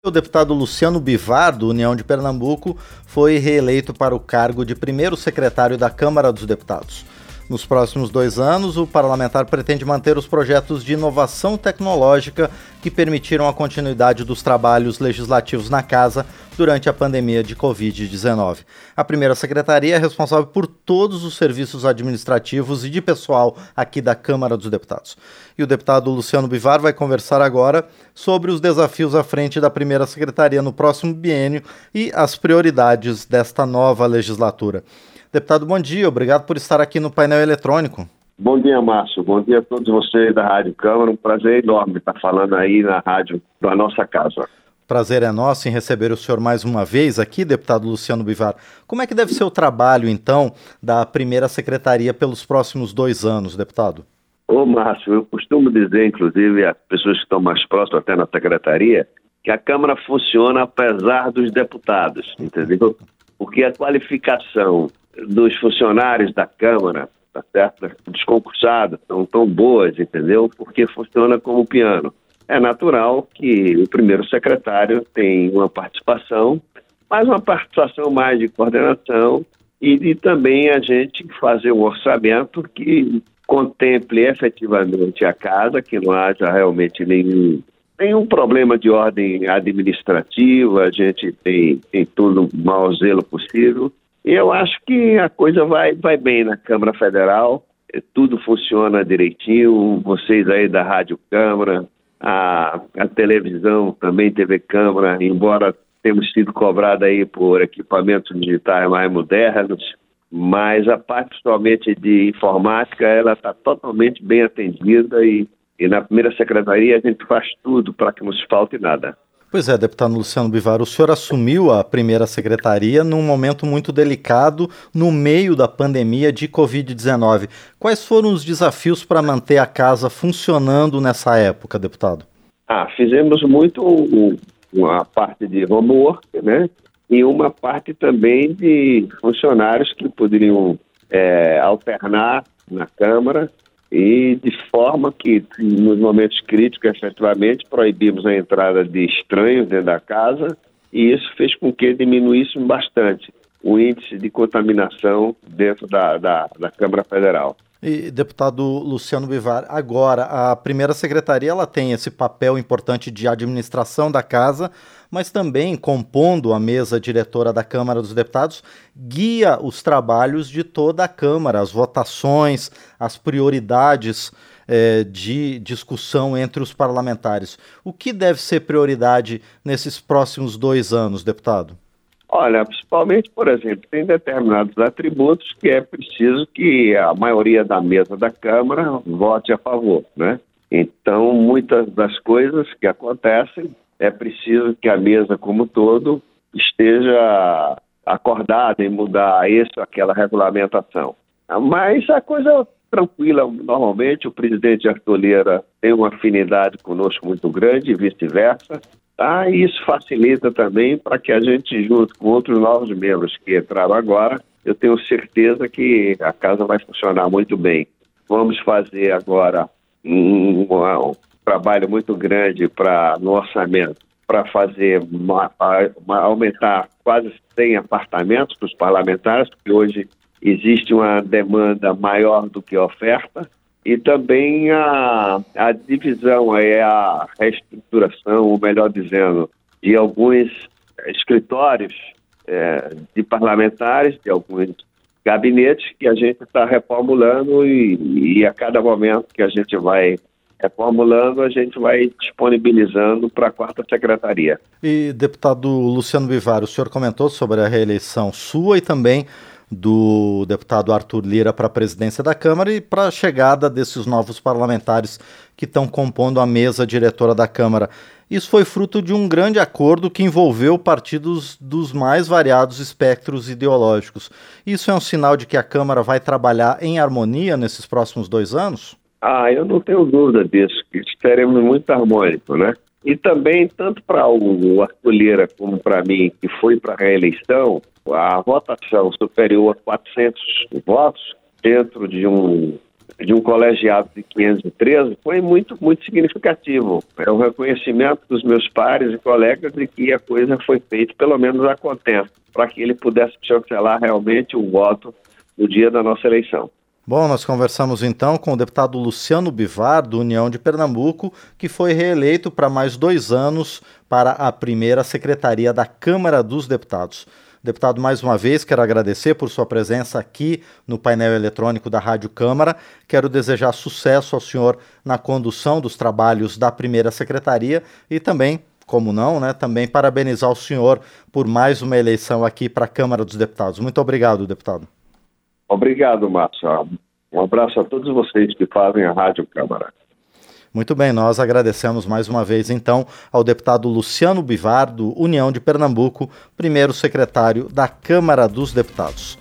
O deputado Luciano Bivar, do União de Pernambuco, foi reeleito para o cargo de primeiro secretário da Câmara dos Deputados. Nos próximos 2 anos, o parlamentar pretende manter os projetos de inovação tecnológica que permitiram a continuidade dos trabalhos legislativos na Casa durante a pandemia de Covid-19. A primeira secretaria é responsável por todos os serviços administrativos e de pessoal aqui da Câmara dos Deputados. E o deputado Luciano Bivar vai conversar agora sobre os desafios à frente da primeira secretaria no próximo biênio e as prioridades desta nova legislatura. Deputado, bom dia. Obrigado por estar aqui no painel eletrônico. Bom dia, Márcio. Bom dia a todos vocês da Rádio Câmara. Um prazer enorme estar falando aí na rádio da nossa casa. Prazer é nosso em receber o senhor mais uma vez aqui, deputado Luciano Bivar. Como é que deve ser o trabalho, então, da primeira secretaria pelos próximos 2 anos, deputado? Ô, Márcio, eu costumo dizer, inclusive, às pessoas que estão mais próximas até na secretaria, que a Câmara funciona apesar dos deputados, entendeu? Porque a qualificação dos funcionários da Câmara, tá certo? Dos concursados, são tão boas, entendeu? Porque funciona como piano. É natural que o primeiro secretário tenha uma participação, mas uma participação mais de coordenação e também a gente fazer um orçamento que contemple efetivamente a casa, que não haja realmente nenhum problema de ordem administrativa, a gente tem todo o mau zelo possível. E eu acho que a coisa vai bem na Câmara Federal, tudo funciona direitinho, vocês aí da Rádio Câmara, a televisão também, TV Câmara, embora temos sido cobrados aí por equipamentos digitais mais modernos, mas a parte somente de informática, ela está totalmente bem atendida e na primeira secretaria a gente faz tudo para que não se falte nada. Pois é, deputado Luciano Bivar, o senhor assumiu a primeira secretaria num momento muito delicado, no meio da pandemia de Covid-19. Quais foram os desafios para manter a casa funcionando nessa época, deputado? Fizemos muito uma parte de homework, né? E uma parte também de funcionários que poderiam alternar na Câmara, e de forma que, nos momentos críticos, efetivamente, proibimos a entrada de estranhos dentro da casa, e isso fez com que diminuísse bastante o índice de contaminação dentro da Câmara Federal. E, deputado Luciano Bivar, agora a primeira secretaria ela tem esse papel importante de administração da casa, mas também, compondo a mesa diretora da Câmara dos Deputados, guia os trabalhos de toda a Câmara, as votações, as prioridades de discussão entre os parlamentares. O que deve ser prioridade nesses próximos 2 anos, deputado? Olha, principalmente, por exemplo, tem determinados atributos que é preciso que a maioria da mesa da Câmara vote a favor, né? Então, muitas das coisas que acontecem, é preciso que a mesa como um todo esteja acordada em mudar aquela regulamentação. Mas a coisa tranquila, normalmente, o presidente Arthur Lira tem uma afinidade conosco muito grande e vice-versa. E isso facilita também para que a gente, junto com outros novos membros que entraram agora, eu tenho certeza que a casa vai funcionar muito bem. Vamos fazer agora um trabalho muito grande no orçamento para fazer aumentar quase 100 apartamentos para os parlamentares, porque hoje existe uma demanda maior do que a oferta. E também a divisão, a reestruturação, ou melhor dizendo, de alguns escritórios de parlamentares, de alguns gabinetes que a gente está reformulando e a cada momento que a gente vai reformulando, a gente vai disponibilizando para a 4ª secretaria. E, deputado Luciano Bivar, o senhor comentou sobre a reeleição sua e também do deputado Arthur Lira para a presidência da Câmara e para a chegada desses novos parlamentares que estão compondo a mesa diretora da Câmara. Isso foi fruto de um grande acordo que envolveu partidos dos mais variados espectros ideológicos. Isso é um sinal de que a Câmara vai trabalhar em harmonia nesses próximos 2 anos? Eu não tenho dúvida disso, que estaremos muito harmônicos, né? E também, tanto para o Arthur Lira como para mim, que foi para a reeleição, a votação superior a 400 votos dentro de um de um colegiado de 513 foi muito, muito significativo. É o reconhecimento dos meus pares e colegas de que a coisa foi feita, pelo menos a contento, para que ele pudesse chancelar realmente o voto no dia da nossa eleição. Bom, nós conversamos então com o deputado Luciano Bivar, do União de Pernambuco, que foi reeleito para mais 2 anos para a primeira secretaria da Câmara dos Deputados. Deputado, mais uma vez, quero agradecer por sua presença aqui no painel eletrônico da Rádio Câmara. Quero desejar sucesso ao senhor na condução dos trabalhos da primeira secretaria e também, como não, né, também parabenizar o senhor por mais uma eleição aqui para a Câmara dos Deputados. Muito obrigado, deputado. Obrigado, Márcio. Um abraço a todos vocês que fazem a Rádio Câmara. Muito bem, nós agradecemos mais uma vez, então, ao deputado Luciano Bivar, do União de Pernambuco, primeiro secretário da Câmara dos Deputados.